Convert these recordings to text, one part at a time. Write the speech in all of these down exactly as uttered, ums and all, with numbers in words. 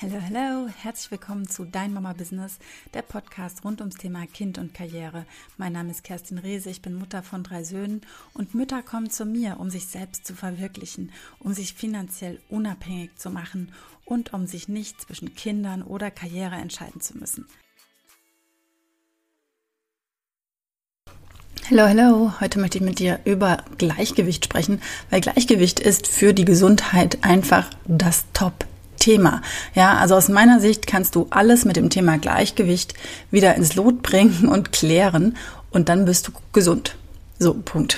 Hallo, hallo, herzlich willkommen zu Dein Mama Business, der Podcast rund ums Thema Kind und Karriere. Mein Name ist Kerstin Rehse, ich bin Mutter von drei Söhnen und Mütter kommen zu mir, um sich selbst zu verwirklichen, um sich finanziell unabhängig zu machen und um sich nicht zwischen Kindern oder Karriere entscheiden zu müssen. Hallo, hallo, heute möchte ich mit dir über Gleichgewicht sprechen, weil Gleichgewicht ist für die Gesundheit einfach das Top-Thema. Ja, also aus meiner Sicht kannst du alles mit dem Thema Gleichgewicht wieder ins Lot bringen und klären und dann bist du gesund. So, Punkt.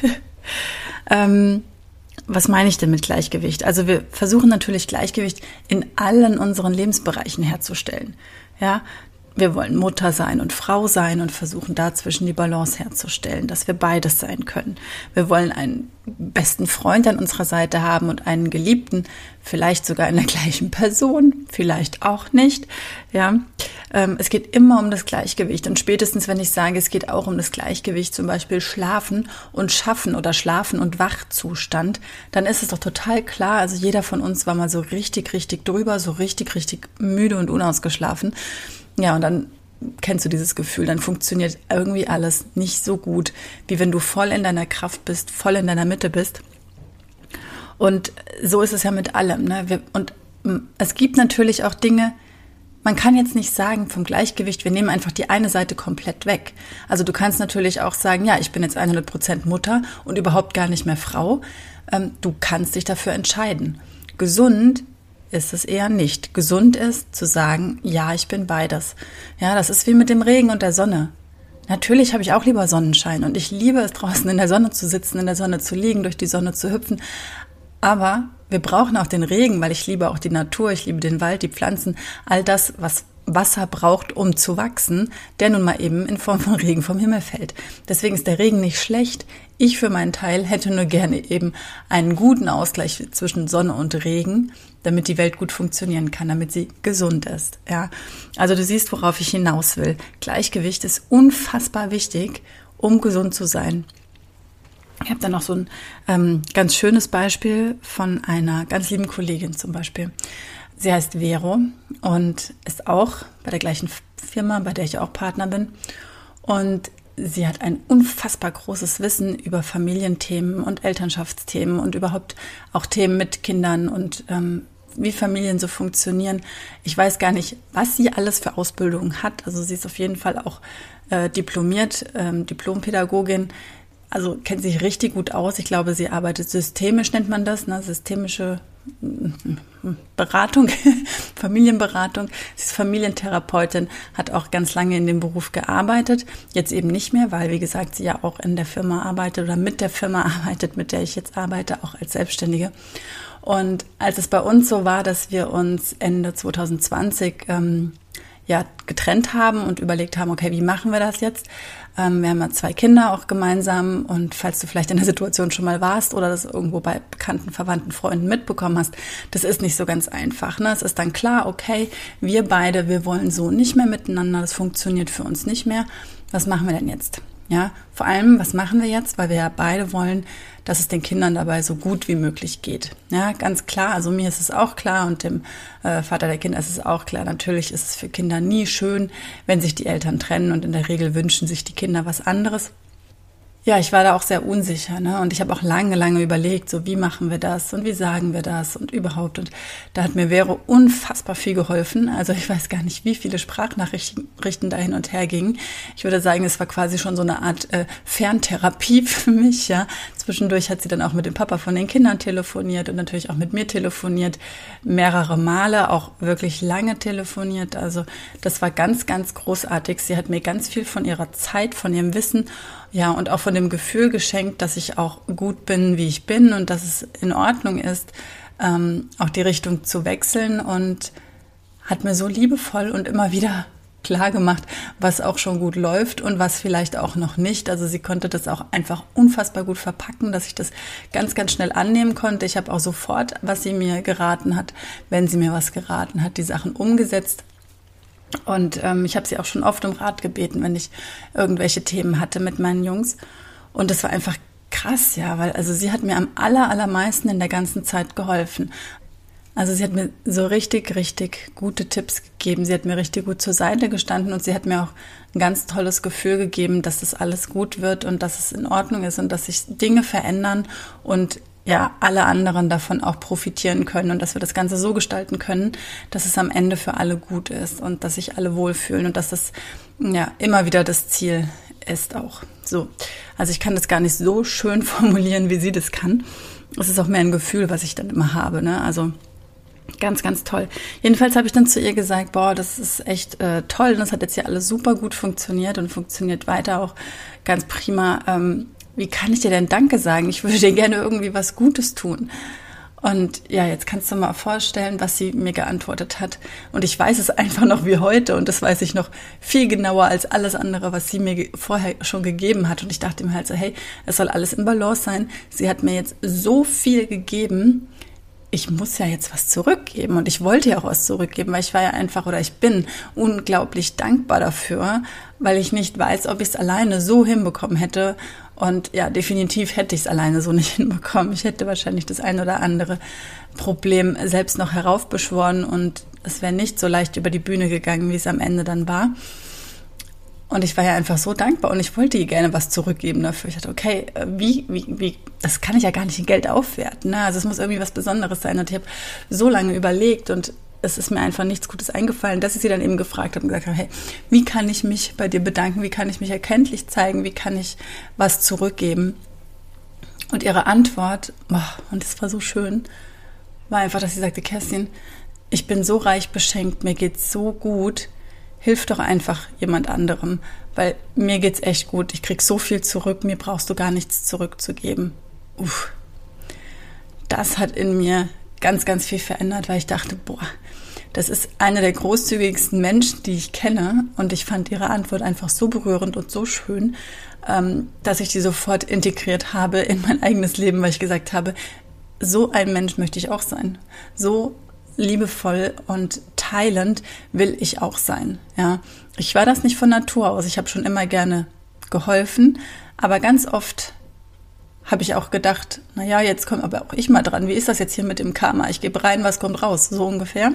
ähm, was meine ich denn mit Gleichgewicht? Also wir versuchen natürlich Gleichgewicht in allen unseren Lebensbereichen herzustellen. Ja, wir wollen Mutter sein und Frau sein und versuchen dazwischen die Balance herzustellen, dass wir beides sein können. Wir wollen einen besten Freund an unserer Seite haben und einen Geliebten, vielleicht sogar in der gleichen Person, vielleicht auch nicht. Ja, ähm, es geht immer um das Gleichgewicht und spätestens, wenn ich sage, es geht auch um das Gleichgewicht, zum Beispiel Schlafen und Schaffen oder Schlafen und Wachzustand, dann ist es doch total klar, also jeder von uns war mal so richtig, richtig drüber, so richtig, richtig müde und unausgeschlafen. Ja, und dann kennst du dieses Gefühl, dann funktioniert irgendwie alles nicht so gut, wie wenn du voll in deiner Kraft bist, voll in deiner Mitte bist. Und so ist es ja mit allem, ne? Wir, und es gibt natürlich auch Dinge, man kann jetzt nicht sagen vom Gleichgewicht, wir nehmen einfach die eine Seite komplett weg. Also du kannst natürlich auch sagen, ja, ich bin jetzt hundert Prozent Mutter und überhaupt gar nicht mehr Frau. Ähm, du kannst dich dafür entscheiden. Gesund ist es eher nicht. Gesund ist zu sagen, ja, ich bin beides. Ja, das ist wie mit dem Regen und der Sonne. Natürlich habe ich auch lieber Sonnenschein und ich liebe es, draußen in der Sonne zu sitzen, in der Sonne zu liegen, durch die Sonne zu hüpfen. Aber wir brauchen auch den Regen, weil ich liebe auch die Natur, ich liebe den Wald, die Pflanzen, all das, was Wasser braucht, um zu wachsen, der nun mal eben in Form von Regen vom Himmel fällt. Deswegen ist der Regen nicht schlecht. Ich für meinen Teil hätte nur gerne eben einen guten Ausgleich zwischen Sonne und Regen, damit die Welt gut funktionieren kann, damit sie gesund ist. Ja, also du siehst, worauf ich hinaus will. Gleichgewicht ist unfassbar wichtig, um gesund zu sein. Ich habe dann noch so ein ähm, ganz schönes Beispiel von einer ganz lieben Kollegin zum Beispiel. Sie heißt Vero und ist auch bei der gleichen Firma, bei der ich auch Partner bin. Und sie hat ein unfassbar großes Wissen über Familienthemen und Elternschaftsthemen und überhaupt auch Themen mit Kindern und ähm, wie Familien so funktionieren. Ich weiß gar nicht, was sie alles für Ausbildung hat. Also sie ist auf jeden Fall auch äh, diplomiert, ähm, Diplompädagogin. Also kennt sich richtig gut aus. Ich glaube, sie arbeitet systemisch, nennt man das, ne? Systemische Beratung, Familienberatung. Sie ist Familientherapeutin, hat auch ganz lange in dem Beruf gearbeitet. Jetzt eben nicht mehr, weil, wie gesagt, sie ja auch in der Firma arbeitet oder mit der Firma arbeitet, mit der ich jetzt arbeite, auch als Selbstständige. Und als es bei uns so war, dass wir uns Ende zwanzig zwanzig ähm, ja, getrennt haben und überlegt haben, okay, wie machen wir das jetzt? Ähm, wir haben ja zwei Kinder auch gemeinsam und falls du vielleicht in der Situation schon mal warst oder das irgendwo bei bekannten, verwandten Freunden mitbekommen hast, das ist nicht so ganz einfach. Ne? Es ist dann klar, okay, wir beide, wir wollen so nicht mehr miteinander, das funktioniert für uns nicht mehr. Was machen wir denn jetzt? Ja, vor allem, was machen wir jetzt? Weil wir ja beide wollen, dass es den Kindern dabei so gut wie möglich geht. Ja, ganz klar. Also mir ist es auch klar und dem äh, Vater der Kinder ist es auch klar. Natürlich ist es für Kinder nie schön, wenn sich die Eltern trennen und in der Regel wünschen sich die Kinder was anderes. Ja, ich war da auch sehr unsicher, ne? Und ich habe auch lange, lange überlegt, so wie machen wir das und wie sagen wir das und überhaupt. Und da hat mir Vero unfassbar viel geholfen. Also ich weiß gar nicht, wie viele Sprachnachrichten da hin und her gingen. Ich würde sagen, es war quasi schon so eine Art äh, Ferntherapie für mich, ja. Zwischendurch hat sie dann auch mit dem Papa von den Kindern telefoniert und natürlich auch mit mir telefoniert. Mehrere Male, auch wirklich lange telefoniert. Also das war ganz, ganz großartig. Sie hat mir ganz viel von ihrer Zeit, von ihrem Wissen, ja, und auch von dem Gefühl geschenkt, dass ich auch gut bin, wie ich bin und dass es in Ordnung ist, ähm, auch die Richtung zu wechseln und hat mir so liebevoll und immer wieder klar gemacht, was auch schon gut läuft und was vielleicht auch noch nicht. Also sie konnte das auch einfach unfassbar gut verpacken, dass ich das ganz, ganz schnell annehmen konnte. Ich habe auch sofort, was sie mir geraten hat, wenn sie mir was geraten hat, die Sachen umgesetzt. Und ähm, ich habe sie auch schon oft um Rat gebeten, wenn ich irgendwelche Themen hatte mit meinen Jungs. Und das war einfach krass, ja, weil also sie hat mir am aller, allermeisten in der ganzen Zeit geholfen. Also sie hat mir so richtig, richtig gute Tipps gegeben. Sie hat mir richtig gut zur Seite gestanden und sie hat mir auch ein ganz tolles Gefühl gegeben, dass das alles gut wird und dass es in Ordnung ist und dass sich Dinge verändern und ja, alle anderen davon auch profitieren können und dass wir das Ganze so gestalten können, dass es am Ende für alle gut ist und dass sich alle wohlfühlen und dass das ja immer wieder das Ziel ist auch. So, also ich kann das gar nicht so schön formulieren, wie sie das kann. Es ist auch mehr ein Gefühl, was ich dann immer habe, ne? Also ganz, ganz toll. Jedenfalls habe ich dann zu ihr gesagt, boah, das ist echt äh, toll. Und das hat jetzt hier alles super gut funktioniert und funktioniert weiter auch ganz prima. Ähm, wie kann ich dir denn Danke sagen? Ich würde dir gerne irgendwie was Gutes tun. Und ja, jetzt kannst du mal vorstellen, was sie mir geantwortet hat. Und ich weiß es einfach noch wie heute und das weiß ich noch viel genauer als alles andere, was sie mir vorher schon gegeben hat. Und ich dachte mir halt so, hey, es soll alles in Balance sein. Sie hat mir jetzt so viel gegeben, ich muss ja jetzt was zurückgeben und ich wollte ja auch was zurückgeben, weil ich war ja einfach oder ich bin unglaublich dankbar dafür, weil ich nicht weiß, ob ich es alleine so hinbekommen hätte und ja, definitiv hätte ich es alleine so nicht hinbekommen. Ich hätte wahrscheinlich das ein oder andere Problem selbst noch heraufbeschworen und es wäre nicht so leicht über die Bühne gegangen, wie es am Ende dann war. Und ich war ja einfach so dankbar und ich wollte ihr gerne was zurückgeben dafür. Ich dachte, okay, wie, wie, wie, das kann ich ja gar nicht in Geld aufwerten. Ne? Also es muss irgendwie was Besonderes sein. Und ich habe so lange überlegt und es ist mir einfach nichts Gutes eingefallen, dass ich sie dann eben gefragt habe und gesagt habe, hey, wie kann ich mich bei dir bedanken? Wie kann ich mich erkenntlich zeigen? Wie kann ich was zurückgeben? Und ihre Antwort, oh, und das war so schön, war einfach, dass sie sagte, Kerstin, ich bin so reich beschenkt, mir geht's so gut, hilf doch einfach jemand anderem, weil mir geht's echt gut. Ich krieg so viel zurück, mir brauchst du gar nichts zurückzugeben. Uff. Das hat in mir ganz, ganz viel verändert, weil ich dachte, boah, das ist eine der großzügigsten Menschen, die ich kenne. Und ich fand ihre Antwort einfach so berührend und so schön, dass ich die sofort integriert habe in mein eigenes Leben, weil ich gesagt habe, so ein Mensch möchte ich auch sein. So liebevoll und teilend will ich auch sein. Ja, ich war das nicht von Natur aus. Ich habe schon immer gerne geholfen, aber ganz oft habe ich auch gedacht, na ja, jetzt kommt aber auch ich mal dran. Wie ist das jetzt hier mit dem Karma? Ich gebe rein, was kommt raus? So ungefähr.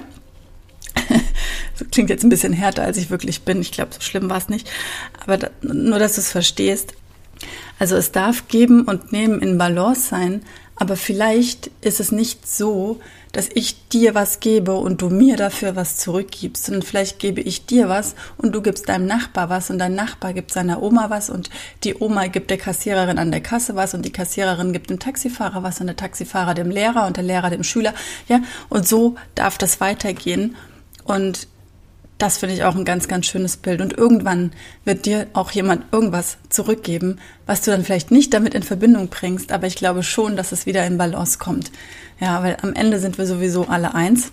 Das klingt jetzt ein bisschen härter, als ich wirklich bin. Ich glaube, so schlimm war es nicht. Aber da, nur, dass du es verstehst. Also es darf geben und nehmen in Balance sein, aber vielleicht ist es nicht so, dass ich dir was gebe und du mir dafür was zurückgibst, sondern vielleicht gebe ich dir was und du gibst deinem Nachbar was und dein Nachbar gibt seiner Oma was und die Oma gibt der Kassiererin an der Kasse was und die Kassiererin gibt dem Taxifahrer was und der Taxifahrer dem Lehrer und der Lehrer dem Schüler, ja, und so darf das weitergehen und das finde ich auch ein ganz, ganz schönes Bild. Und irgendwann wird dir auch jemand irgendwas zurückgeben, was du dann vielleicht nicht damit in Verbindung bringst, aber ich glaube schon, dass es wieder in Balance kommt. Ja, weil am Ende sind wir sowieso alle eins.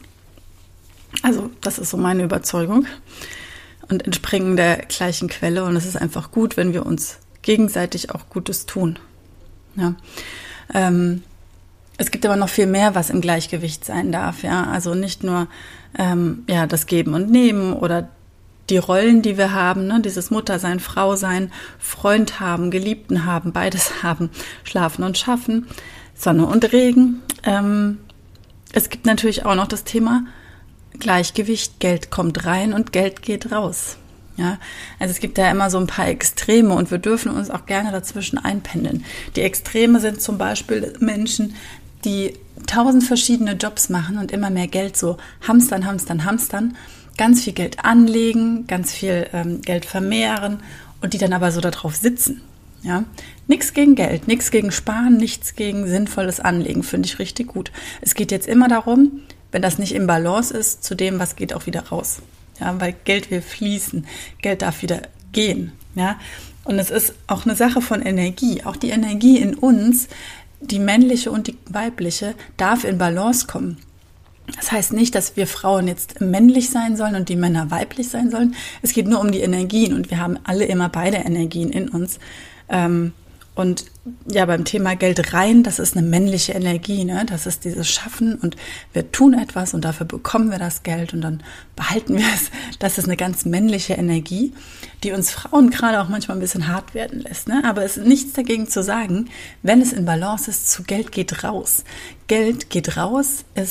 Also das ist so meine Überzeugung und entspringen der gleichen Quelle. Und es ist einfach gut, wenn wir uns gegenseitig auch Gutes tun. Ja. Ähm, Es gibt aber noch viel mehr, was im Gleichgewicht sein darf, ja. Also nicht nur ähm, ja das Geben und Nehmen oder die Rollen, die wir haben, ne, dieses Muttersein, Frausein, Freund haben, Geliebten haben, beides haben, Schlafen und Schaffen, Sonne und Regen. Ähm, es gibt natürlich auch noch das Thema Gleichgewicht, Geld kommt rein und Geld geht raus. Ja, also es gibt da immer so ein paar Extreme und wir dürfen uns auch gerne dazwischen einpendeln. Die Extreme sind zum Beispiel Menschen, die tausend verschiedene Jobs machen und immer mehr Geld so hamstern, hamstern, hamstern, ganz viel Geld anlegen, ganz viel ähm, Geld vermehren und die dann aber so darauf sitzen. Ja, nichts gegen Geld, nichts gegen Sparen, nichts gegen sinnvolles Anlegen, finde ich richtig gut. Es geht jetzt immer darum, wenn das nicht im Balance ist, zu dem, was geht auch wieder raus. Ja, weil Geld will fließen, Geld darf wieder gehen. Ja, und es ist auch eine Sache von Energie. Auch die Energie in uns, die männliche und die weibliche, darf in Balance kommen. Das heißt nicht, dass wir Frauen jetzt männlich sein sollen und die Männer weiblich sein sollen. Es geht nur um die Energien und wir haben alle immer beide Energien in uns. Ähm, Und ja, beim Thema Geld rein, das ist eine männliche Energie, ne? Das ist dieses Schaffen und wir tun etwas und dafür bekommen wir das Geld und dann behalten wir es. Das ist eine ganz männliche Energie, die uns Frauen gerade auch manchmal ein bisschen hart werden lässt, ne? Aber es ist nichts dagegen zu sagen, wenn es in Balance ist, zu Geld geht raus. Geld geht raus ist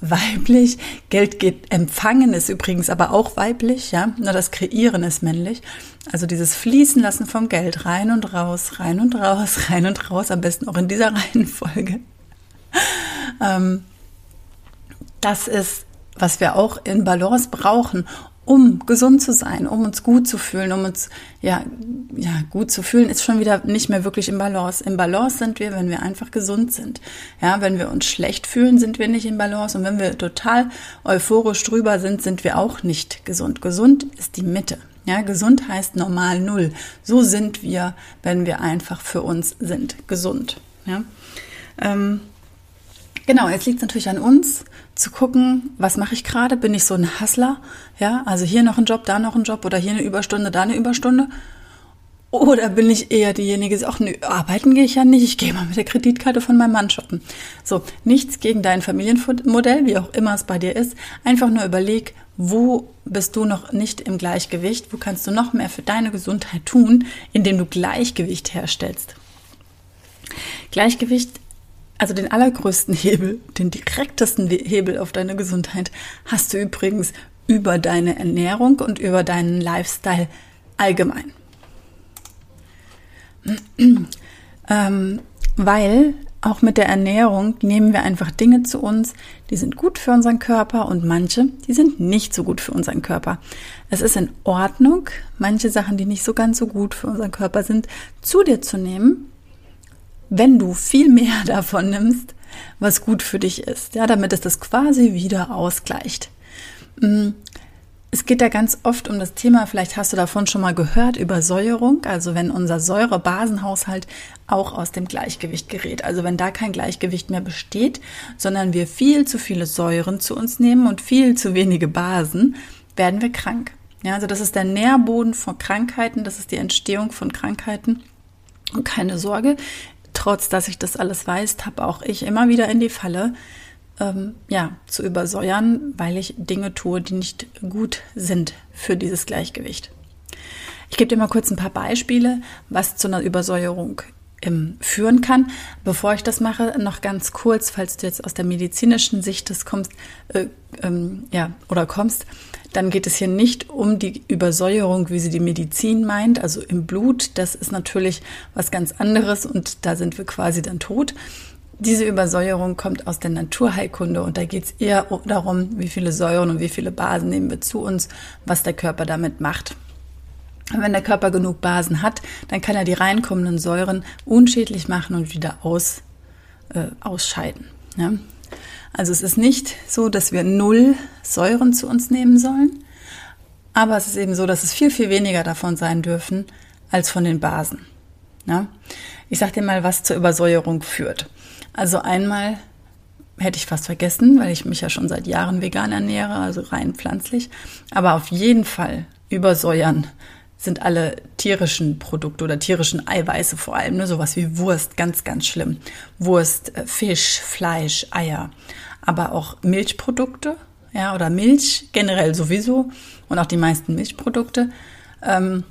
weiblich. Geld geht empfangen, ist übrigens aber auch weiblich, ja. Nur das Kreieren ist männlich. Also dieses Fließen lassen vom Geld rein und raus, rein und raus, rein und raus, am besten auch in dieser Reihenfolge. Ähm, das ist, was wir auch in Balance brauchen, um gesund zu sein, um uns gut zu fühlen, um uns ja, ja gut zu fühlen, ist schon wieder nicht mehr wirklich im Balance. Im Balance sind wir, wenn wir einfach gesund sind. Ja, wenn wir uns schlecht fühlen, sind wir nicht im Balance. Und wenn wir total euphorisch drüber sind, sind wir auch nicht gesund. Gesund ist die Mitte. Ja, gesund heißt normal null. So sind wir, wenn wir einfach für uns sind. Gesund. Ja. Ähm, Genau, jetzt liegt es natürlich an uns, zu gucken, was mache ich gerade? Bin ich so ein Hustler? Ja, also hier noch ein Job, da noch ein Job oder hier eine Überstunde, da eine Überstunde? Oder bin ich eher diejenige, die sagt, ach nö, arbeiten gehe ich ja nicht, ich gehe mal mit der Kreditkarte von meinem Mann shoppen. So, nichts gegen dein Familienmodell, wie auch immer es bei dir ist. Einfach nur überleg, wo bist du noch nicht im Gleichgewicht? Wo kannst du noch mehr für deine Gesundheit tun, indem du Gleichgewicht herstellst? Gleichgewicht, also den allergrößten Hebel, den direktesten Hebel auf deine Gesundheit hast du übrigens über deine Ernährung und über deinen Lifestyle allgemein. ähm, weil auch mit der Ernährung nehmen wir einfach Dinge zu uns, die sind gut für unseren Körper und manche, die sind nicht so gut für unseren Körper. Es ist in Ordnung, manche Sachen, die nicht so ganz so gut für unseren Körper sind, zu dir zu nehmen, wenn du viel mehr davon nimmst, was gut für dich ist, ja, damit es das quasi wieder ausgleicht. Es geht da ganz oft um das Thema, vielleicht hast du davon schon mal gehört, Übersäuerung, also wenn unser Säure-Basen-Haushalt auch aus dem Gleichgewicht gerät, also wenn da kein Gleichgewicht mehr besteht, sondern wir viel zu viele Säuren zu uns nehmen und viel zu wenige Basen, werden wir krank. Ja, also das ist der Nährboden von Krankheiten, das ist die Entstehung von Krankheiten und keine Sorge, trotz dass ich das alles weiß, tappe auch ich immer wieder in die Falle, ähm, ja, zu übersäuern, weil ich Dinge tue, die nicht gut sind für dieses Gleichgewicht. Ich gebe dir mal kurz ein paar Beispiele, was zu einer Übersäuerung ähm, führen kann. Bevor ich das mache, noch ganz kurz, falls du jetzt aus der medizinischen Sicht des kommst, äh, ähm, ja, oder kommst, dann geht es hier nicht um die Übersäuerung, wie sie die Medizin meint, also im Blut. Das ist natürlich was ganz anderes und da sind wir quasi dann tot. Diese Übersäuerung kommt aus der Naturheilkunde und da geht es eher darum, wie viele Säuren und wie viele Basen nehmen wir zu uns, was der Körper damit macht. Und wenn der Körper genug Basen hat, dann kann er die reinkommenden Säuren unschädlich machen und wieder aus, äh, ausscheiden. Ja? Also es ist nicht so, dass wir null Säuren zu uns nehmen sollen, aber es ist eben so, dass es viel, viel weniger davon sein dürfen als von den Basen. Ja? Ich sage dir mal, was zur Übersäuerung führt. Also einmal hätte ich fast vergessen, weil ich mich ja schon seit Jahren vegan ernähre, also rein pflanzlich, aber auf jeden Fall übersäuern sind alle tierischen Produkte oder tierischen Eiweiße vor allem, ne, sowas wie Wurst, ganz, ganz schlimm. Wurst, Fisch, Fleisch, Eier, aber auch Milchprodukte, ja, oder Milch generell sowieso und auch die meisten Milchprodukte, ähm,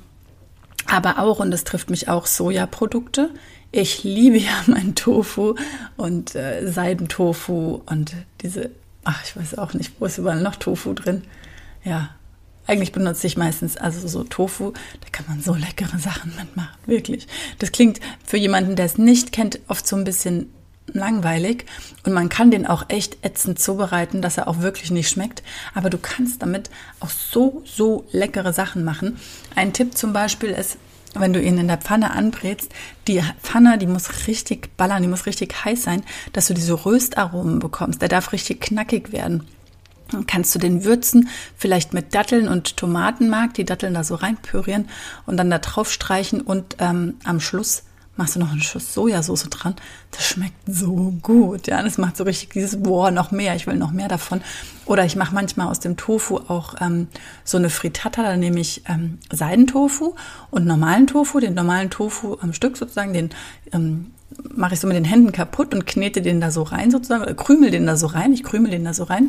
aber auch, und das trifft mich auch, Sojaprodukte. Ich liebe ja meinen Tofu und äh, Seidentofu und diese, ach, ich weiß auch nicht, wo ist überall noch Tofu drin? Ja, eigentlich benutze ich meistens also so Tofu, da kann man so leckere Sachen mitmachen, wirklich. Das klingt für jemanden, der es nicht kennt, oft so ein bisschen langweilig und man kann den auch echt ätzend zubereiten, dass er auch wirklich nicht schmeckt, aber du kannst damit auch so, so leckere Sachen machen. Ein Tipp zum Beispiel ist, wenn du ihn in der Pfanne anbrätst, die Pfanne, die muss richtig ballern, die muss richtig heiß sein, dass du diese Röstaromen bekommst. Der darf richtig knackig werden. Dann kannst du den würzen, vielleicht mit Datteln und Tomatenmark, die Datteln da so reinpürieren und dann da drauf streichen und ähm, am Schluss machst du noch einen Schuss Sojasauce dran. Das schmeckt so gut, ja. Das macht so richtig dieses, boah, noch mehr, ich will noch mehr davon. Oder ich mache manchmal aus dem Tofu auch ähm, so eine Frittata, da nehme ich ähm, Seidentofu und normalen Tofu, den normalen Tofu am Stück sozusagen, den ähm, mache ich so mit den Händen kaputt und knete den da so rein sozusagen, oder krümel den da so rein, ich krümel den da so rein.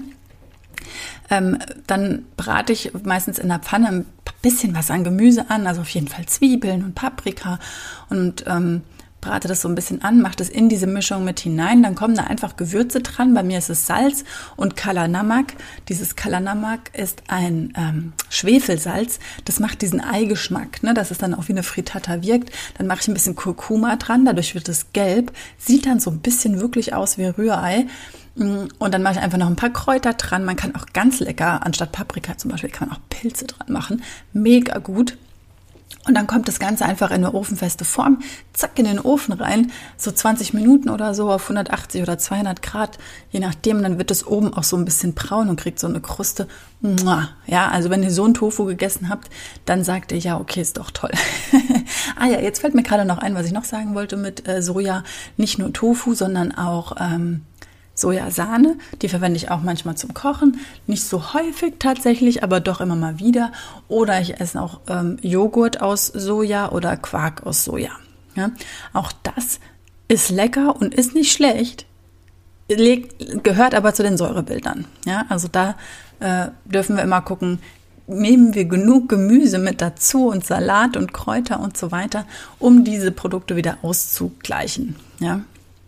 Ähm, dann brate ich meistens in der Pfanne ein bisschen was an Gemüse an, also auf jeden Fall Zwiebeln und Paprika und ähm, brate das so ein bisschen an, mache das in diese Mischung mit hinein, dann kommen da einfach Gewürze dran. Bei mir ist es Salz und Kala Namak. Dieses Kala Namak ist ein ähm, Schwefelsalz, das macht diesen Eigeschmack, ne, dass es dann auch wie eine Frittata wirkt. Dann mache ich ein bisschen Kurkuma dran, dadurch wird es gelb, sieht dann so ein bisschen wirklich aus wie Rührei. Und dann mache ich einfach noch ein paar Kräuter dran. Man kann auch ganz lecker, anstatt Paprika zum Beispiel, kann man auch Pilze dran machen. Mega gut. Und dann kommt das Ganze einfach in eine ofenfeste Form, zack, in den Ofen rein, so zwanzig Minuten oder so auf hundertachtzig oder zweihundert Grad, je nachdem. Dann wird es oben auch so ein bisschen braun und kriegt so eine Kruste. Ja, also wenn ihr so einen Tofu gegessen habt, dann sagt ihr, ja, okay, ist doch toll. Ah ja, jetzt fällt mir gerade noch ein, was ich noch sagen wollte mit äh, Soja. Nicht nur Tofu, sondern auch ähm, Sojasahne, die verwende ich auch manchmal zum Kochen, nicht so häufig tatsächlich, aber doch immer mal wieder. Oder ich esse auch ähm, Joghurt aus Soja oder Quark aus Soja. Ja, auch das ist lecker und ist nicht schlecht, gehört aber zu den Säurebildern. Ja, also da äh, dürfen wir immer gucken, nehmen wir genug Gemüse mit dazu und Salat und Kräuter und so weiter, um diese Produkte wieder auszugleichen. Ja.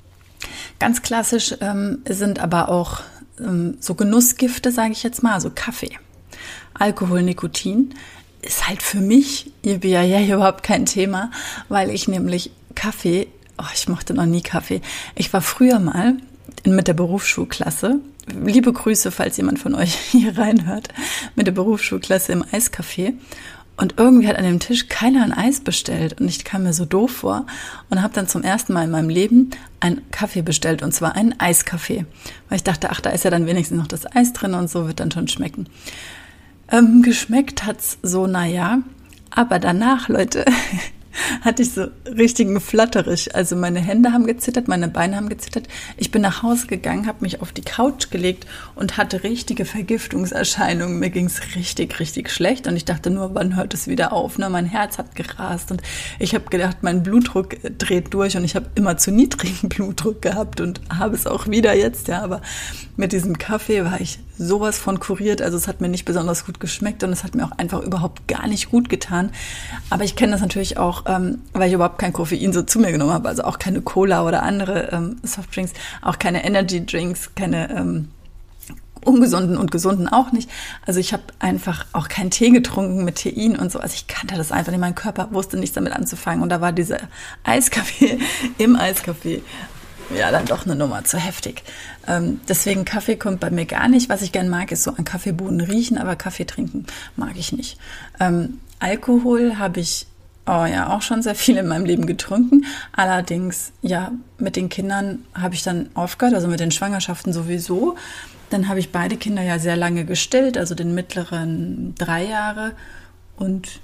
Ganz klassisch ähm, sind aber auch ähm, so Genussgifte, sage ich jetzt mal, also Kaffee. Alkohol, Nikotin ist halt für mich, ihr ja, ja überhaupt kein Thema, weil ich nämlich Kaffee, oh, ich mochte noch nie Kaffee. Ich war früher mal mit der Berufsschulklasse, liebe Grüße, falls jemand von euch hier reinhört, mit der Berufsschulklasse im Eiscafé. Und irgendwie hat an dem Tisch keiner ein Eis bestellt und ich kam mir so doof vor und habe dann zum ersten Mal in meinem Leben einen Kaffee bestellt und zwar einen Eiskaffee, weil ich dachte, ach, da ist ja dann wenigstens noch das Eis drin und so wird dann schon schmecken. Ähm, geschmeckt hat's so, naja, aber danach, Leute, hatte ich so richtigen Flatterich. Also meine Hände haben gezittert, meine Beine haben gezittert. Ich bin nach Hause gegangen, habe mich auf die Couch gelegt und hatte richtige Vergiftungserscheinungen. Mir ging's richtig, richtig schlecht und ich dachte nur, wann hört es wieder auf? Ne? Mein Herz hat gerast und ich habe gedacht, mein Blutdruck dreht durch und ich habe immer zu niedrigen Blutdruck gehabt und habe es auch wieder jetzt. Ja, aber mit diesem Kaffee war ich sowas von kuriert. Also es hat mir nicht besonders gut geschmeckt und es hat mir auch einfach überhaupt gar nicht gut getan. Aber ich kenne das natürlich auch, ähm, weil ich überhaupt kein Koffein so zu mir genommen habe. Also auch keine Cola oder andere ähm, Softdrinks, auch keine Energy Drinks, keine ähm, ungesunden und gesunden auch nicht. Also ich habe einfach auch keinen Tee getrunken mit Tein und so. Also ich kannte das einfach nicht. Mein Körper wusste nichts damit anzufangen. Und da war dieser Eiskaffee im Eiskaffee ja dann doch eine Nummer zu heftig. Ähm, deswegen Kaffee kommt bei mir gar nicht. Was ich gern mag, ist so an Kaffeebohnen riechen, aber Kaffee trinken mag ich nicht. Ähm, Alkohol habe ich oh ja auch schon sehr viel in meinem Leben getrunken. Allerdings, ja, mit den Kindern habe ich dann aufgehört, also mit den Schwangerschaften sowieso. Dann habe ich beide Kinder ja sehr lange gestillt, also den mittleren drei Jahre und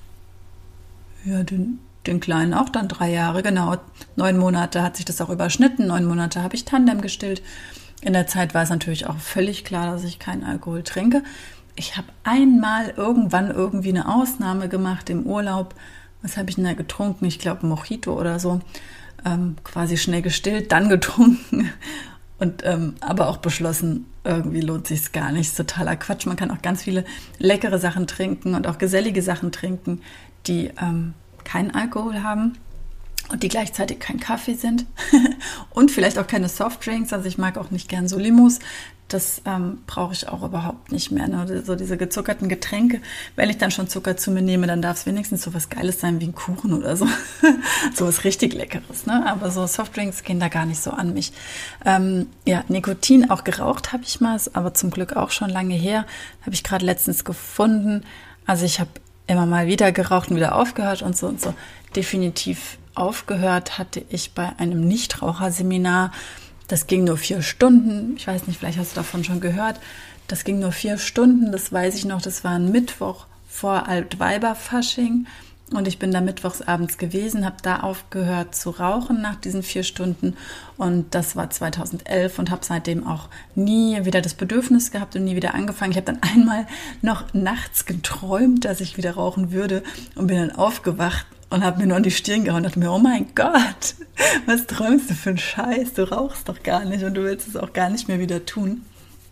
ja, den Den Kleinen auch dann drei Jahre, genau. Neun Monate hat sich das auch überschnitten. Neun Monate habe ich Tandem gestillt. In der Zeit war es natürlich auch völlig klar, dass ich keinen Alkohol trinke. Ich habe einmal irgendwann irgendwie eine Ausnahme gemacht im Urlaub. Was habe ich denn da getrunken? Ich glaube Mojito oder so. Ähm, quasi schnell gestillt, dann getrunken. Und ähm, aber auch beschlossen, irgendwie lohnt sich's gar nicht. Das ist totaler Quatsch. Man kann auch ganz viele leckere Sachen trinken und auch gesellige Sachen trinken, die ähm, keinen Alkohol haben und die gleichzeitig kein Kaffee sind und vielleicht auch keine Softdrinks. Also ich mag auch nicht gern so Limos. Das ähm, brauche ich auch überhaupt nicht mehr. Ne? So diese gezuckerten Getränke. Wenn ich dann schon Zucker zu mir nehme, dann darf es wenigstens so was Geiles sein wie ein Kuchen oder so. So was richtig Leckeres. Ne? Aber so Softdrinks gehen da gar nicht so an mich. Ähm, ja, Nikotin auch geraucht habe ich mal, aber zum Glück auch schon lange her. Habe ich gerade letztens gefunden. Also ich habe immer mal wieder geraucht und wieder aufgehört und so und so. Definitiv aufgehört hatte ich bei einem Nichtraucherseminar. Das ging nur vier Stunden. Ich weiß nicht, vielleicht hast du davon schon gehört. Das ging nur vier Stunden, das weiß ich noch. Das war ein Mittwoch vor Altweiberfasching. Und ich bin da mittwochs abends gewesen, habe da aufgehört zu rauchen nach diesen vier Stunden. Und das war zweitausendelf und habe seitdem auch nie wieder das Bedürfnis gehabt und nie wieder angefangen. Ich habe dann einmal noch nachts geträumt, dass ich wieder rauchen würde und bin dann aufgewacht und habe mir nur an die Stirn gehauen und dachte mir, oh mein Gott, was träumst du für einen Scheiß? Du rauchst doch gar nicht und du willst es auch gar nicht mehr wieder tun.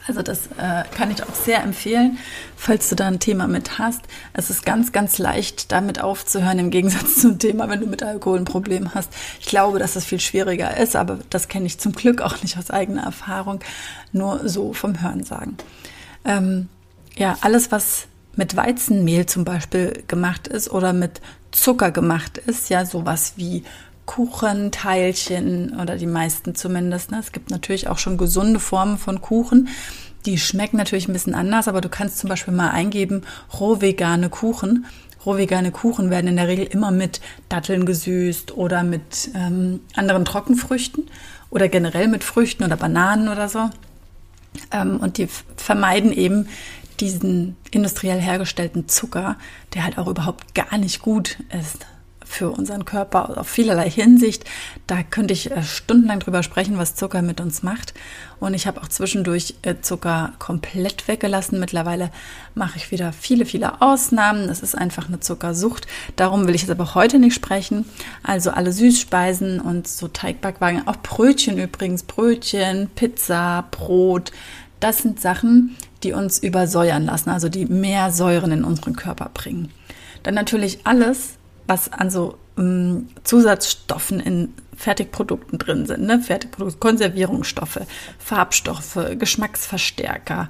Also das äh, kann ich auch sehr empfehlen, falls du da ein Thema mit hast. Es ist ganz, ganz leicht, damit aufzuhören, im Gegensatz zum Thema, wenn du mit Alkohol ein Problem hast. Ich glaube, dass das viel schwieriger ist, aber das kenne ich zum Glück auch nicht aus eigener Erfahrung, nur so vom Hörensagen. Ähm, ja, alles, was mit Weizenmehl zum Beispiel gemacht ist oder mit Zucker gemacht ist, ja, sowas wie Kuchen, Teilchen oder die meisten zumindest. Ne? Es gibt natürlich auch schon gesunde Formen von Kuchen. Die schmecken natürlich ein bisschen anders, aber du kannst zum Beispiel mal eingeben, rohvegane Kuchen. Rohvegane Kuchen werden in der Regel immer mit Datteln gesüßt oder mit ähm, anderen Trockenfrüchten oder generell mit Früchten oder Bananen oder so. Ähm, und die vermeiden eben diesen industriell hergestellten Zucker, der halt auch überhaupt gar nicht gut ist für unseren Körper auf vielerlei Hinsicht. Da könnte ich stundenlang drüber sprechen, was Zucker mit uns macht. Und ich habe auch zwischendurch Zucker komplett weggelassen. Mittlerweile mache ich wieder viele, viele Ausnahmen. Das ist einfach eine Zuckersucht. Darum will ich jetzt aber heute nicht sprechen. Also alle Süßspeisen und so Teigbackwaren, auch Brötchen übrigens, Brötchen, Pizza, Brot. Das sind Sachen, die uns übersäuern lassen, also die mehr Säuren in unseren Körper bringen. Dann natürlich alles, was an so ähm, Zusatzstoffen in Fertigprodukten drin sind, ne? Fertigprodukte, Konservierungsstoffe, Farbstoffe, Geschmacksverstärker.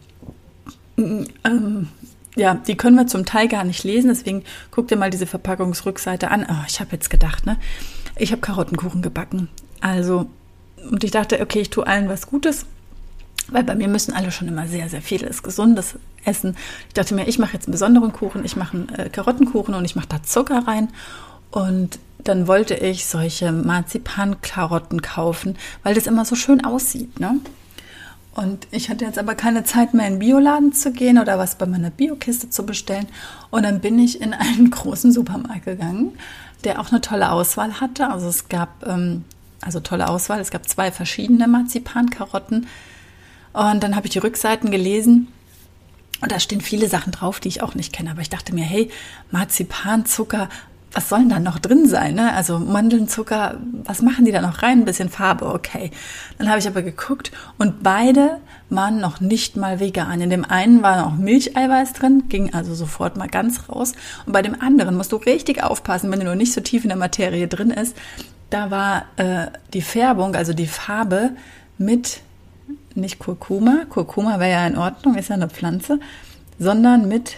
Ähm, ja, die können wir zum Teil gar nicht lesen, deswegen guck dir mal diese Verpackungsrückseite an. Oh, ich habe jetzt gedacht, ne? Ich habe Karottenkuchen gebacken. Also, und ich dachte, okay, ich tue allen was Gutes. Weil bei mir müssen alle schon immer sehr, sehr vieles Gesundes essen. Ich dachte mir, ich mache jetzt einen besonderen Kuchen, ich mache einen äh, Karottenkuchen und ich mache da Zucker rein. Und dann wollte ich solche Marzipankarotten kaufen, weil das immer so schön aussieht, ne? Und ich hatte jetzt aber keine Zeit mehr in den Bioladen zu gehen oder was bei meiner Biokiste zu bestellen. Und dann bin ich in einen großen Supermarkt gegangen, der auch eine tolle Auswahl hatte. Also es gab, ähm, also tolle Auswahl, es gab zwei verschiedene Marzipankarotten. Und dann habe ich die Rückseiten gelesen und da stehen viele Sachen drauf, die ich auch nicht kenne. Aber ich dachte mir, hey, Marzipanzucker, was soll denn da noch drin sein? Ne? Also Mandelnzucker, was machen die da noch rein? Ein bisschen Farbe, okay. Dann habe ich aber geguckt und beide waren noch nicht mal vegan. In dem einen war noch Milcheiweiß drin, ging also sofort mal ganz raus. Und bei dem anderen musst du richtig aufpassen, wenn du noch nicht so tief in der Materie drin ist. Da war äh, die Färbung, also die Farbe mit nicht Kurkuma, Kurkuma wäre ja in Ordnung, ist ja eine Pflanze, sondern mit,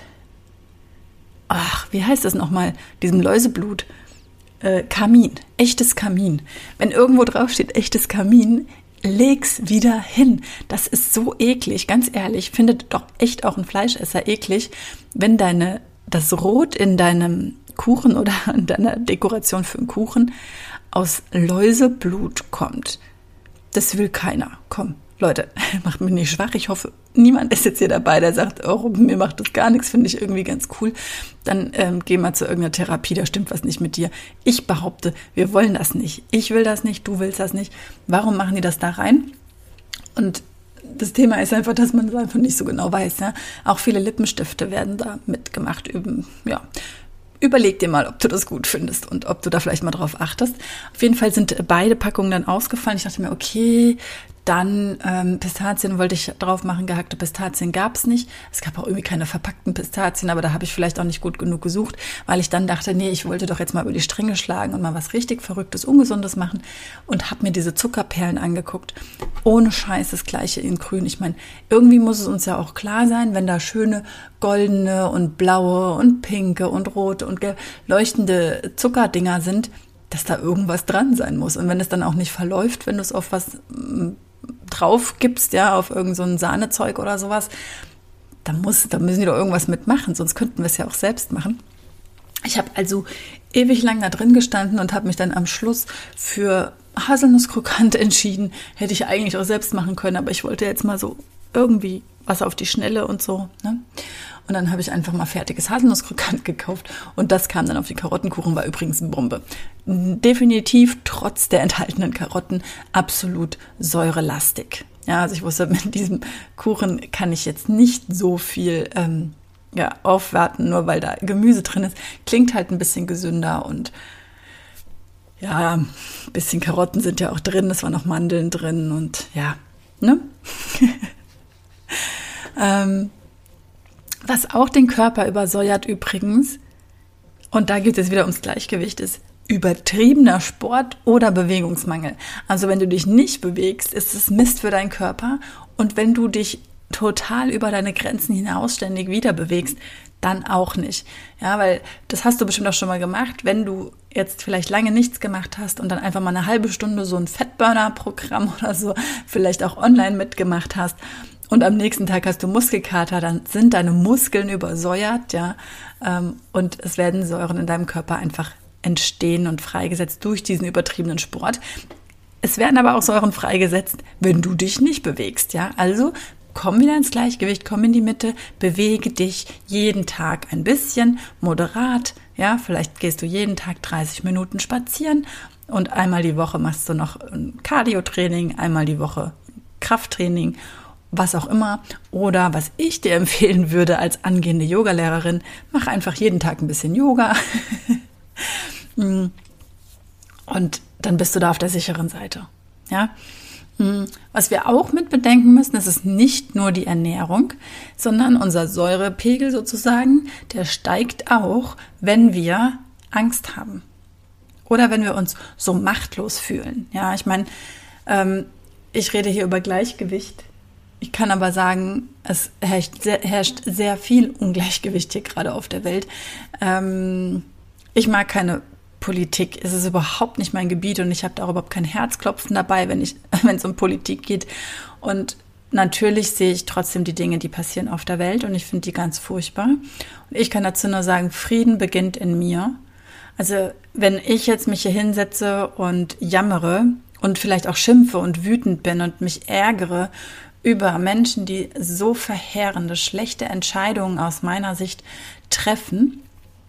ach, wie heißt das nochmal, diesem Läuseblut, äh, Kamin, echtes Kamin. Wenn irgendwo drauf steht, echtes Kamin, leg's wieder hin. Das ist so eklig, ganz ehrlich, findet doch echt auch ein Fleischesser eklig, wenn deine, das Rot in deinem Kuchen oder in deiner Dekoration für einen Kuchen aus Läuseblut kommt. Das will keiner, komm. Leute, macht mich nicht schwach. Ich hoffe, niemand ist jetzt hier dabei, der sagt, oh, mir macht das gar nichts, finde ich irgendwie ganz cool. Dann ähm, geh mal zu irgendeiner Therapie, da stimmt was nicht mit dir. Ich behaupte, wir wollen das nicht. Ich will das nicht, du willst das nicht. Warum machen die das da rein? Und das Thema ist einfach, dass man es einfach nicht so genau weiß. Ja? Auch viele Lippenstifte werden da mitgemacht. Üben, ja. Überleg dir mal, ob du das gut findest und ob du da vielleicht mal drauf achtest. Auf jeden Fall sind beide Packungen dann ausgefallen. Ich dachte mir, okay, dann ähm, Pistazien wollte ich drauf machen, gehackte Pistazien gab es nicht. Es gab auch irgendwie keine verpackten Pistazien, aber da habe ich vielleicht auch nicht gut genug gesucht, weil ich dann dachte, nee, ich wollte doch jetzt mal über die Stränge schlagen und mal was richtig Verrücktes, Ungesundes machen und habe mir diese Zuckerperlen angeguckt. Ohne Scheiß das Gleiche in grün. Ich meine, irgendwie muss es uns ja auch klar sein, wenn da schöne goldene und blaue und pinke und rote und leuchtende Zuckerdinger sind, dass da irgendwas dran sein muss. Und wenn es dann auch nicht verläuft, wenn du es auf was drauf gibst, ja, auf irgend so ein Sahnezeug oder sowas, dann muss, da müssen die doch irgendwas mitmachen, sonst könnten wir es ja auch selbst machen. Ich habe also ewig lang da drin gestanden und habe mich dann am Schluss für Haselnusskrokant entschieden. Hätte ich eigentlich auch selbst machen können, aber ich wollte jetzt mal so irgendwie was auf die Schnelle und so, ne? Und dann habe ich einfach mal fertiges Haselnusskrokant gekauft und das kam dann auf die Karottenkuchen, war übrigens eine Bombe. Definitiv trotz der enthaltenen Karotten absolut säurelastig. Ja, also ich wusste, mit diesem Kuchen kann ich jetzt nicht so viel ähm, ja, aufwerten, nur weil da Gemüse drin ist. Klingt halt ein bisschen gesünder und ja, ein bisschen Karotten sind ja auch drin, es waren noch Mandeln drin und ja, ne? Ähm, was auch den Körper übersäuert übrigens, und da geht es wieder ums Gleichgewicht, ist übertriebener Sport oder Bewegungsmangel. Also wenn du dich nicht bewegst, ist es Mist für deinen Körper. Und wenn du dich total über deine Grenzen hinaus ständig wieder bewegst, dann auch nicht. Ja, weil das hast du bestimmt auch schon mal gemacht, wenn du jetzt vielleicht lange nichts gemacht hast und dann einfach mal eine halbe Stunde so ein Fettburner-Programm oder so vielleicht auch online mitgemacht hast und am nächsten Tag hast du Muskelkater, dann sind deine Muskeln übersäuert, ja, und es werden Säuren in deinem Körper einfach entstehen und freigesetzt durch diesen übertriebenen Sport. Es werden aber auch Säuren freigesetzt, wenn du dich nicht bewegst, ja. Also komm wieder ins Gleichgewicht, komm in die Mitte, bewege dich jeden Tag ein bisschen, moderat, ja. Vielleicht gehst du jeden Tag dreißig Minuten spazieren und einmal die Woche machst du noch ein Cardio-Training, einmal die Woche Krafttraining, was auch immer. Oder was ich dir empfehlen würde als angehende Yogalehrerin, mach einfach jeden Tag ein bisschen Yoga. Und dann bist du da auf der sicheren Seite. Ja? Was wir auch mit bedenken müssen, das ist nicht nur die Ernährung, sondern unser Säurepegel sozusagen, der steigt auch, wenn wir Angst haben. Oder wenn wir uns so machtlos fühlen. Ja, ich meine, ähm, ich rede hier über Gleichgewicht. Ich kann aber sagen, es herrscht sehr, herrscht sehr viel Ungleichgewicht hier gerade auf der Welt. Ähm, ich mag keine Politik, es ist überhaupt nicht mein Gebiet und ich habe da auch überhaupt kein Herzklopfen dabei, wenn ich, wenn es um Politik geht. Und natürlich sehe ich trotzdem die Dinge, die passieren auf der Welt und ich finde die ganz furchtbar. Und ich kann dazu nur sagen, Frieden beginnt in mir. Also wenn ich jetzt mich hier hinsetze und jammere und vielleicht auch schimpfe und wütend bin und mich ärgere über Menschen, die so verheerende, schlechte Entscheidungen aus meiner Sicht treffen,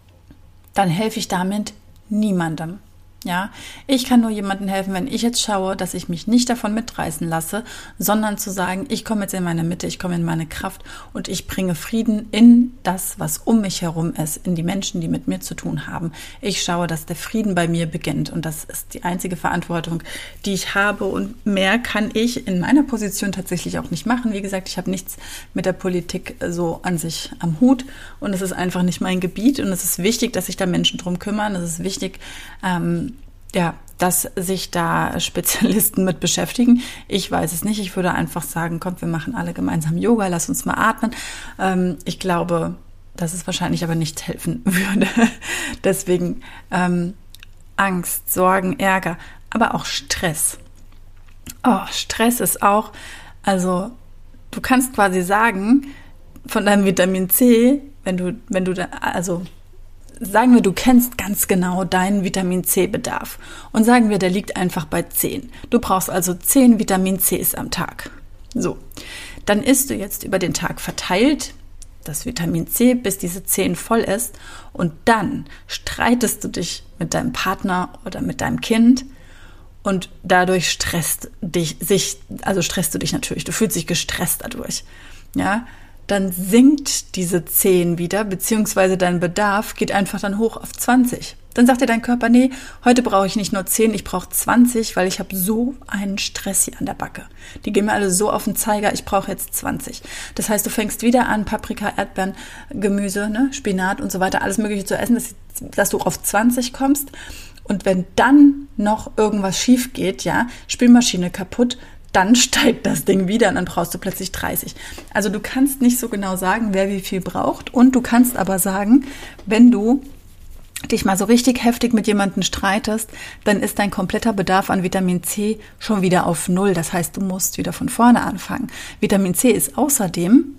dann helfe ich damit niemandem. Ja, ich kann nur jemandem helfen, wenn ich jetzt schaue, dass ich mich nicht davon mitreißen lasse, sondern zu sagen, ich komme jetzt in meine Mitte, ich komme in meine Kraft und ich bringe Frieden in das, was um mich herum ist, in die Menschen, die mit mir zu tun haben. Ich schaue, dass der Frieden bei mir beginnt und das ist die einzige Verantwortung, die ich habe und mehr kann ich in meiner Position tatsächlich auch nicht machen. Wie gesagt, ich habe nichts mit der Politik so an sich am Hut und es ist einfach nicht mein Gebiet und es ist wichtig, dass sich da Menschen drum kümmern. Es ist wichtig, ähm, ja, dass sich da Spezialisten mit beschäftigen. Ich weiß es nicht. Ich würde einfach sagen, kommt, wir machen alle gemeinsam Yoga, lass uns mal atmen. Ähm, ich glaube, dass es wahrscheinlich aber nicht helfen würde. Deswegen ähm, Angst, Sorgen, Ärger, aber auch Stress. Oh, Stress ist auch, also du kannst quasi sagen, von deinem Vitamin C, wenn du, wenn du da, also sagen wir, du kennst ganz genau deinen Vitamin-C-Bedarf und sagen wir, der liegt einfach bei zehn. Du brauchst also zehn Vitamin Cs am Tag. So, dann isst du jetzt über den Tag verteilt das Vitamin C, bis diese zehn voll ist und dann streitest du dich mit deinem Partner oder mit deinem Kind und dadurch stresst dich, sich, also stresst du dich natürlich, du fühlst dich gestresst dadurch, ja, dann sinkt diese zehn wieder, beziehungsweise dein Bedarf geht einfach dann hoch auf zwanzig. Dann sagt dir dein Körper, nee, heute brauche ich nicht nur zehn, ich brauche zwanzig, weil ich habe so einen Stress hier an der Backe. Die gehen mir alle so auf den Zeiger, ich brauche jetzt zwanzig. Das heißt, du fängst wieder an, Paprika, Erdbeeren, Gemüse, ne, Spinat und so weiter, alles Mögliche zu essen, dass, dass du auf zwanzig kommst. Und wenn dann noch irgendwas schief geht, ja, Spülmaschine kaputt, dann steigt das Ding wieder und dann brauchst du plötzlich dreißig. Also du kannst nicht so genau sagen, wer wie viel braucht und du kannst aber sagen, wenn du dich mal so richtig heftig mit jemandem streitest, dann ist dein kompletter Bedarf an Vitamin C schon wieder auf Null. Das heißt, du musst wieder von vorne anfangen. Vitamin C ist außerdem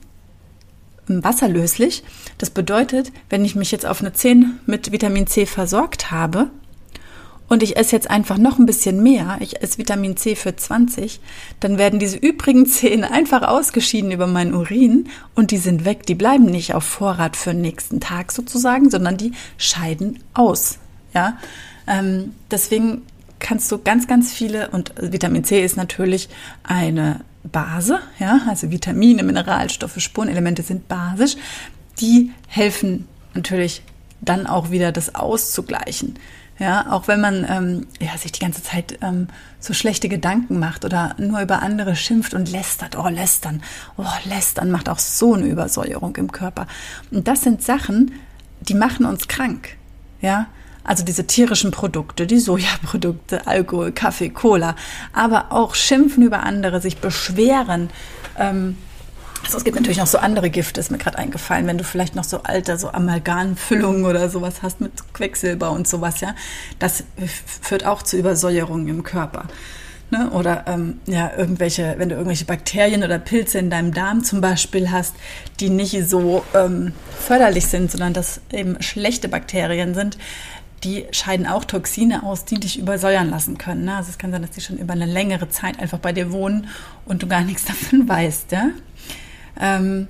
wasserlöslich. Das bedeutet, wenn ich mich jetzt auf eine zehn mit Vitamin C versorgt habe, und ich esse jetzt einfach noch ein bisschen mehr, ich esse Vitamin C für zwanzig, dann werden diese übrigen zehn einfach ausgeschieden über meinen Urin und die sind weg. Die bleiben nicht auf Vorrat für den nächsten Tag sozusagen, sondern die scheiden aus. Ja, ähm, deswegen kannst du ganz, ganz viele, und Vitamin C ist natürlich eine Base, ja, also Vitamine, Mineralstoffe, Spurenelemente sind basisch, die helfen natürlich dann auch wieder das auszugleichen. Ja, auch wenn man ähm, ja, sich die ganze Zeit ähm, so schlechte Gedanken macht oder nur über andere schimpft und lästert. Oh, lästern. Oh, lästern macht auch so eine Übersäuerung im Körper. Und das sind Sachen, die machen uns krank. Ja, also diese tierischen Produkte, die Sojaprodukte, Alkohol, Kaffee, Cola, aber auch schimpfen über andere, sich beschweren. Ähm, Also es gibt natürlich noch so andere Gifte, ist mir gerade eingefallen, wenn du vielleicht noch so alte, so Amalgamfüllungen oder sowas hast mit Quecksilber und sowas, ja, das führt auch zu Übersäuerungen im Körper. Ne? Oder ähm, ja, irgendwelche, wenn du irgendwelche Bakterien oder Pilze in deinem Darm zum Beispiel hast, die nicht so ähm, förderlich sind, sondern das eben schlechte Bakterien sind, die scheiden auch Toxine aus, die dich übersäuern lassen können. Ne? Also es kann sein, dass die schon über eine längere Zeit einfach bei dir wohnen und du gar nichts davon weißt, ja. Ähm,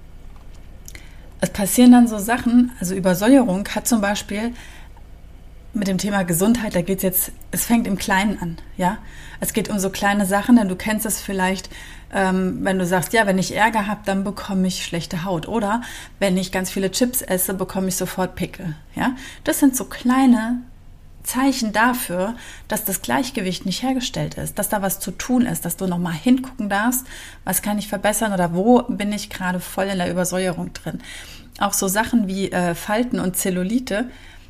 es passieren dann so Sachen, also Übersäuerung hat zum Beispiel mit dem Thema Gesundheit, da geht es jetzt, es fängt im Kleinen an, ja. Es geht um so kleine Sachen, denn du kennst es vielleicht, ähm, wenn du sagst, ja, wenn ich Ärger habe, dann bekomme ich schlechte Haut. Oder wenn ich ganz viele Chips esse, bekomme ich sofort Pickel, ja. Das sind so kleine Zeichen dafür, dass das Gleichgewicht nicht hergestellt ist, dass da was zu tun ist, dass du nochmal hingucken darfst, was kann ich verbessern oder wo bin ich gerade voll in der Übersäuerung drin. Auch so Sachen wie äh, Falten und Zellulite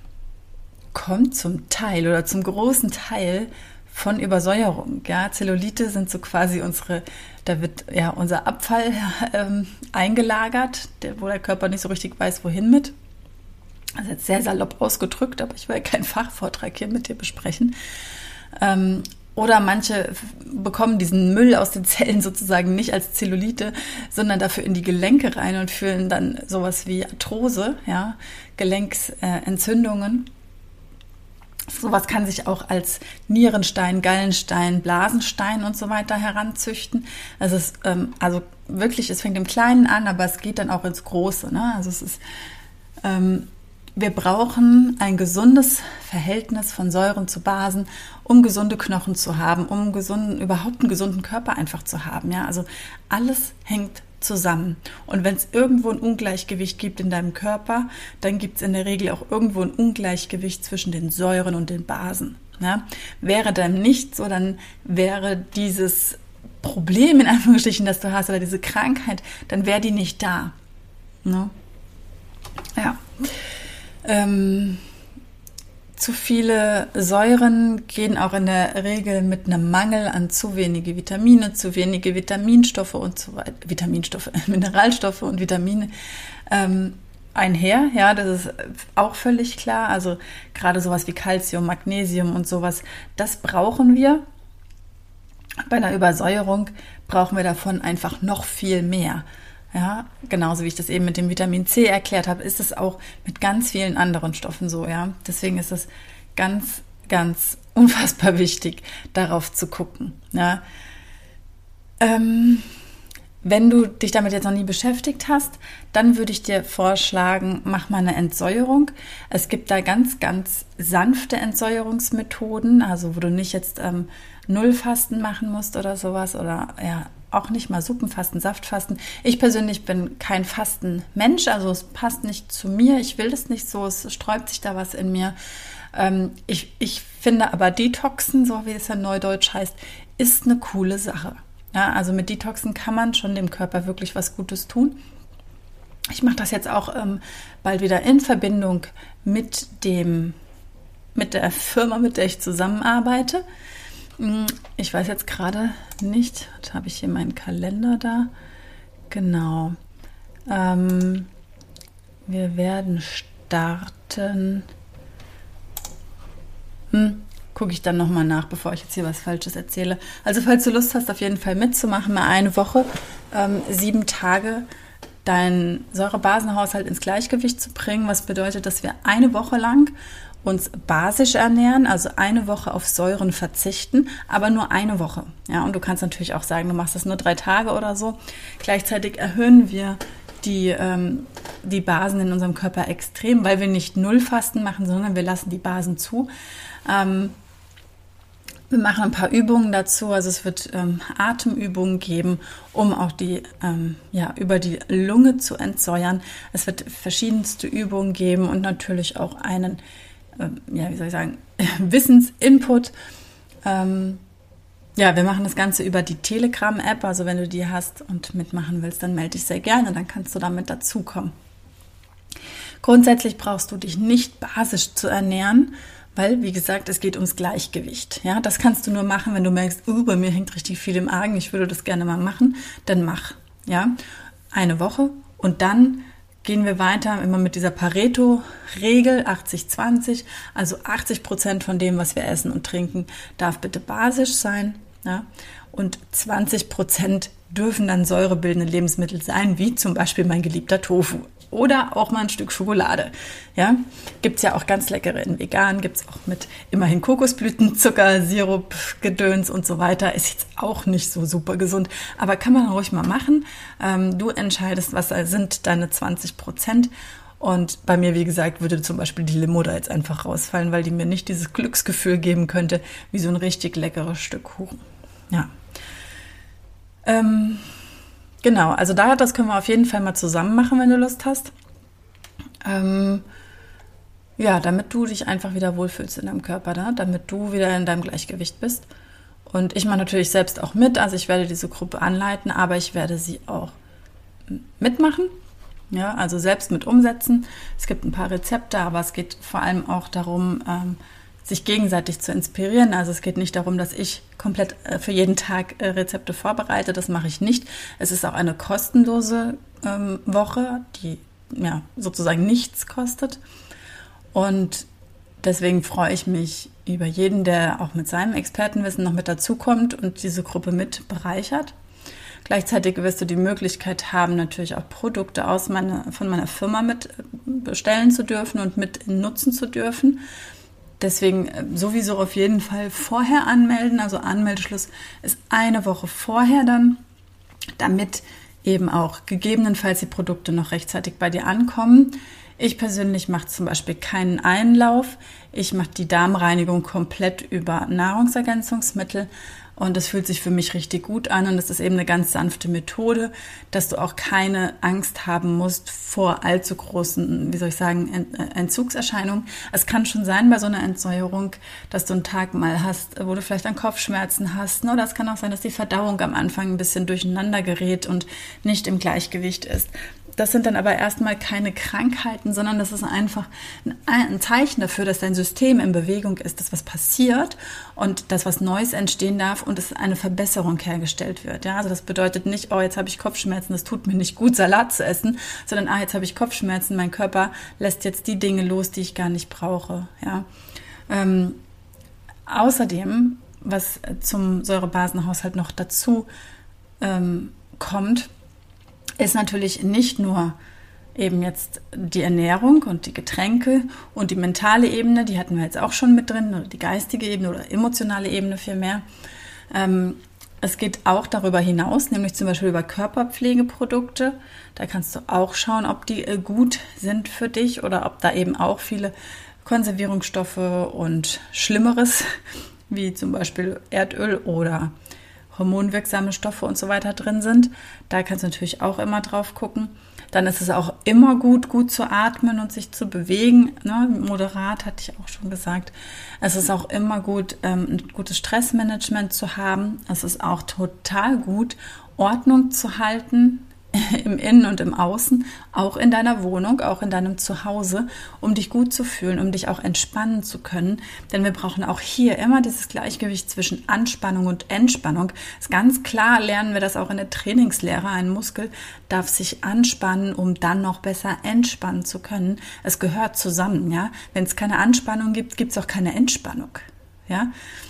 kommt zum Teil oder zum großen Teil von Übersäuerung. Ja, Zellulite sind so quasi unsere, da wird ja unser Abfall ähm, eingelagert, der, wo der Körper nicht so richtig weiß, wohin mit. Also jetzt sehr salopp ausgedrückt, aber ich will keinen Fachvortrag hier mit dir besprechen. Ähm, oder manche bekommen diesen Müll aus den Zellen sozusagen nicht als Zellulite, sondern dafür in die Gelenke rein und fühlen dann sowas wie Arthrose, ja, Gelenksentzündungen. Sowas kann sich auch als Nierenstein, Gallenstein, Blasenstein und so weiter heranzüchten. Also, es, ähm, also wirklich, es fängt im Kleinen an, aber es geht dann auch ins Große. Ne? Also es ist... Ähm, Wir brauchen ein gesundes Verhältnis von Säuren zu Basen, um gesunde Knochen zu haben, um gesunden, überhaupt einen gesunden Körper einfach zu haben. Ja? Also alles hängt zusammen. Und wenn es irgendwo ein Ungleichgewicht gibt in deinem Körper, dann gibt es in der Regel auch irgendwo ein Ungleichgewicht zwischen den Säuren und den Basen. Ja? Wäre dann nicht so, dann wäre dieses Problem in Anführungsstrichen, das du hast, oder diese Krankheit, dann wäre die nicht da. Ne? Ja. Ähm, zu viele Säuren gehen auch in der Regel mit einem Mangel an zu wenige Vitamine, zu wenige Vitaminstoffe und so weiter, Vitaminstoffe, Mineralstoffe und Vitamine ähm, einher. Ja, das ist auch völlig klar. Also gerade sowas wie Calcium, Magnesium und sowas, das brauchen wir. Bei einer Übersäuerung brauchen wir davon einfach noch viel mehr. Ja, genauso wie ich das eben mit dem Vitamin C erklärt habe, ist es auch mit ganz vielen anderen Stoffen so, ja. Deswegen ist es ganz, ganz unfassbar wichtig, darauf zu gucken, ja. Ähm, wenn du dich damit jetzt noch nie beschäftigt hast, dann würde ich dir vorschlagen, mach mal eine Entsäuerung. Es gibt da ganz, ganz sanfte Entsäuerungsmethoden, also wo du nicht jetzt ähm, Nullfasten machen musst oder sowas oder ja, auch nicht mal Suppenfasten, Saftfasten. Ich persönlich bin kein Fastenmensch, also es passt nicht zu mir. Ich will das nicht so, es sträubt sich da was in mir. Ähm, ich, ich finde aber Detoxen, so wie es ja neudeutsch heißt, ist eine coole Sache. Ja, also mit Detoxen kann man schon dem Körper wirklich was Gutes tun. Ich mache das jetzt auch ähm, bald wieder in Verbindung mit dem, mit der Firma, mit der ich zusammenarbeite. Ich weiß jetzt gerade nicht, da habe ich hier meinen Kalender da. Genau. Ähm, wir werden starten. Hm, gucke ich dann nochmal nach, bevor ich jetzt hier was Falsches erzähle. Also falls du Lust hast, auf jeden Fall mitzumachen, mal eine Woche, ähm, sieben Tage deinen Säurebasenhaushalt ins Gleichgewicht zu bringen, was bedeutet, dass wir eine Woche lang uns basisch ernähren, also eine Woche auf Säuren verzichten, aber nur eine Woche. Ja, und du kannst natürlich auch sagen, du machst das nur drei Tage oder so. Gleichzeitig erhöhen wir die, ähm, die Basen in unserem Körper extrem, weil wir nicht Nullfasten machen, sondern wir lassen die Basen zu. Ähm, wir machen ein paar Übungen dazu, also es wird ähm, Atemübungen geben, um auch die ähm, ja, über die Lunge zu entsäuern. Es wird verschiedenste Übungen geben und natürlich auch einen äh, ja, wie soll ich sagen, Wissensinput. Ähm, ja, wir machen das Ganze über die Telegram-App, also wenn du die hast und mitmachen willst, dann melde dich sehr gerne, dann kannst du damit dazukommen. Grundsätzlich brauchst du dich nicht basisch zu ernähren, weil, wie gesagt, es geht ums Gleichgewicht. Ja, das kannst du nur machen, wenn du merkst, oh, bei mir hängt richtig viel im Argen, ich würde das gerne mal machen, dann mach. Ja, eine Woche und dann gehen wir weiter immer mit dieser Pareto-Regel, achtzig zwanzig, also achtzig Prozent von dem, was wir essen und trinken, darf bitte basisch sein, ja? Und zwanzig Prozent dürfen dann säurebildende Lebensmittel sein, wie zum Beispiel mein geliebter Tofu oder auch mal ein Stück Schokolade. Ja? Gibt es ja auch ganz leckere in vegan, gibt es auch mit immerhin Kokosblüten, Zucker, Sirup, Gedöns und so weiter. Ist jetzt auch nicht so super gesund, aber kann man ruhig mal machen. Ähm, du entscheidest, was sind deine zwanzig Prozent. Und bei mir, wie gesagt, würde zum Beispiel die Limo da jetzt einfach rausfallen, weil die mir nicht dieses Glücksgefühl geben könnte, wie so ein richtig leckeres Stück Kuchen. Ja. Ähm, genau, also da, das können wir auf jeden Fall mal zusammen machen, wenn du Lust hast. Ähm, ja, damit du dich einfach wieder wohlfühlst in deinem Körper, da, damit du wieder in deinem Gleichgewicht bist. Und ich mache natürlich selbst auch mit, also ich werde diese Gruppe anleiten, aber ich werde sie auch mitmachen. Ja, also selbst mit umsetzen. Es gibt ein paar Rezepte, aber es geht vor allem auch darum, ähm, sich gegenseitig zu inspirieren. Also es geht nicht darum, dass ich komplett äh, für jeden Tag äh, Rezepte vorbereite. Das mache ich nicht. Es ist auch eine kostenlose ähm, Woche, die ja sozusagen nichts kostet. Und deswegen freue ich mich über jeden, der auch mit seinem Expertenwissen noch mit dazukommt und diese Gruppe mit bereichert. Gleichzeitig wirst du die Möglichkeit haben, natürlich auch Produkte aus meiner, von meiner Firma mit bestellen zu dürfen und mit nutzen zu dürfen. Deswegen sowieso auf jeden Fall vorher anmelden. Also Anmeldeschluss ist eine Woche vorher dann, damit eben auch gegebenenfalls die Produkte noch rechtzeitig bei dir ankommen. Ich persönlich mache zum Beispiel keinen Einlauf. Ich mache die Darmreinigung komplett über Nahrungsergänzungsmittel. Und das fühlt sich für mich richtig gut an und das ist eben eine ganz sanfte Methode, dass du auch keine Angst haben musst vor allzu großen, wie soll ich sagen, Entzugserscheinungen. Es kann schon sein bei so einer Entsäuerung, dass du einen Tag mal hast, wo du vielleicht dann Kopfschmerzen hast. Oder es kann auch sein, dass die Verdauung am Anfang ein bisschen durcheinander gerät und nicht im Gleichgewicht ist. Das sind dann aber erstmal keine Krankheiten, sondern das ist einfach ein Zeichen dafür, dass dein System in Bewegung ist, dass was passiert und dass was Neues entstehen darf und es eine Verbesserung hergestellt wird. Ja, also das bedeutet nicht, oh, jetzt habe ich Kopfschmerzen, das tut mir nicht gut, Salat zu essen, sondern ah, jetzt habe ich Kopfschmerzen, mein Körper lässt jetzt die Dinge los, die ich gar nicht brauche. Ja. Ähm, außerdem, was zum Säurebasenhaushalt noch dazu ähm, kommt, ist natürlich nicht nur eben jetzt die Ernährung und die Getränke und die mentale Ebene, die hatten wir jetzt auch schon mit drin, oder die geistige Ebene oder emotionale Ebene vielmehr. Ähm, es geht auch darüber hinaus, nämlich zum Beispiel über Körperpflegeprodukte. Da kannst du auch schauen, ob die äh, gut sind für dich oder ob da eben auch viele Konservierungsstoffe und Schlimmeres, wie zum Beispiel Erdöl oder hormonwirksame Stoffe und so weiter drin sind. Da kannst du natürlich auch immer drauf gucken. Dann ist es auch immer gut, gut zu atmen und sich zu bewegen. Ne? Moderat, hatte ich auch schon gesagt. Es ist auch immer gut, ähm, ein gutes Stressmanagement zu haben. Es ist auch total gut, Ordnung zu halten im Innen und im Außen, auch in deiner Wohnung, auch in deinem Zuhause, um dich gut zu fühlen, um dich auch entspannen zu können. Denn wir brauchen auch hier immer dieses Gleichgewicht zwischen Anspannung und Entspannung. Ist ganz klar, lernen wir das auch in der Trainingslehre. Ein Muskel darf sich anspannen, um dann noch besser entspannen zu können. Es gehört zusammen, ja. Wenn es keine Anspannung gibt, gibt es auch keine Entspannung, ja.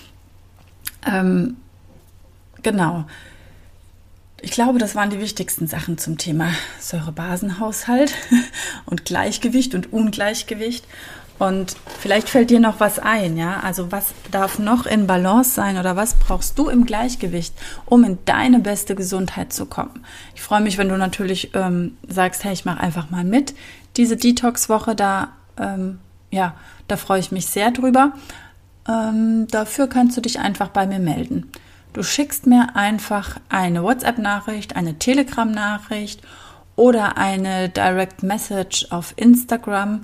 Ähm, genau. Ich glaube, das waren die wichtigsten Sachen zum Thema Säurebasenhaushalt und Gleichgewicht und Ungleichgewicht. Und vielleicht fällt dir noch was ein, ja? Also was darf noch in Balance sein oder was brauchst du im Gleichgewicht, um in deine beste Gesundheit zu kommen? Ich freue mich, wenn du natürlich ähm, sagst, hey, ich mache einfach mal mit. Diese Detox-Woche, da, ähm, ja, da freue ich mich sehr drüber. Ähm, dafür kannst du dich einfach bei mir melden. Du schickst mir einfach eine WhatsApp-Nachricht, eine Telegram-Nachricht oder eine Direct Message auf Instagram.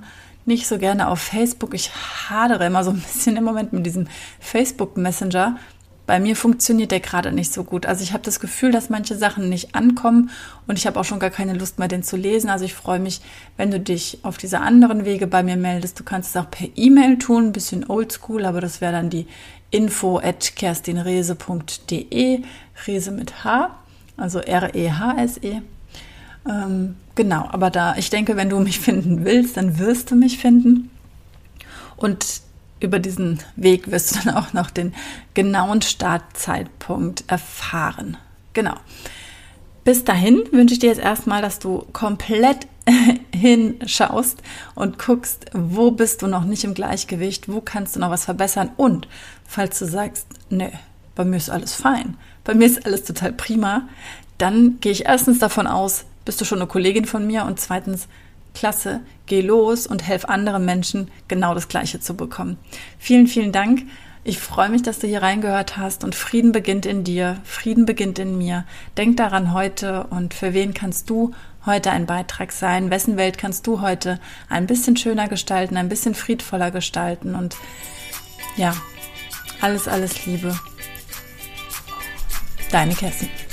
nicht so gerne auf Facebook. Ich hadere immer so ein bisschen im Moment mit diesem Facebook Messenger. Bei mir funktioniert der gerade nicht so gut. Also ich habe das Gefühl, dass manche Sachen nicht ankommen und ich habe auch schon gar keine Lust mehr, den zu lesen. Also ich freue mich, wenn du dich auf diese anderen Wege bei mir meldest. Du kannst es auch per E-Mail tun, ein bisschen oldschool, aber das wäre dann die info at kerstinrehse punkt de, Rehse mit H, also R E H S E. Ähm, genau, aber da, ich denke, wenn du mich finden willst, dann wirst du mich finden. Und über diesen Weg wirst du dann auch noch den genauen Startzeitpunkt erfahren. Genau. Bis dahin wünsche ich dir jetzt erstmal, dass du komplett hinschaust und guckst, wo bist du noch nicht im Gleichgewicht, wo kannst du noch was verbessern. Und falls du sagst, nee, bei mir ist alles fein, bei mir ist alles total prima, dann gehe ich erstens davon aus, bist du schon eine Kollegin von mir und zweitens, klasse, geh los und helf anderen Menschen, genau das Gleiche zu bekommen. Vielen, vielen Dank. Ich freue mich, dass du hier reingehört hast und Frieden beginnt in dir, Frieden beginnt in mir. Denk daran heute und für wen kannst du heute ein Beitrag sein? Wessen Welt kannst du heute ein bisschen schöner gestalten, ein bisschen friedvoller gestalten? Und ja, alles, alles Liebe. Deine Kerstin.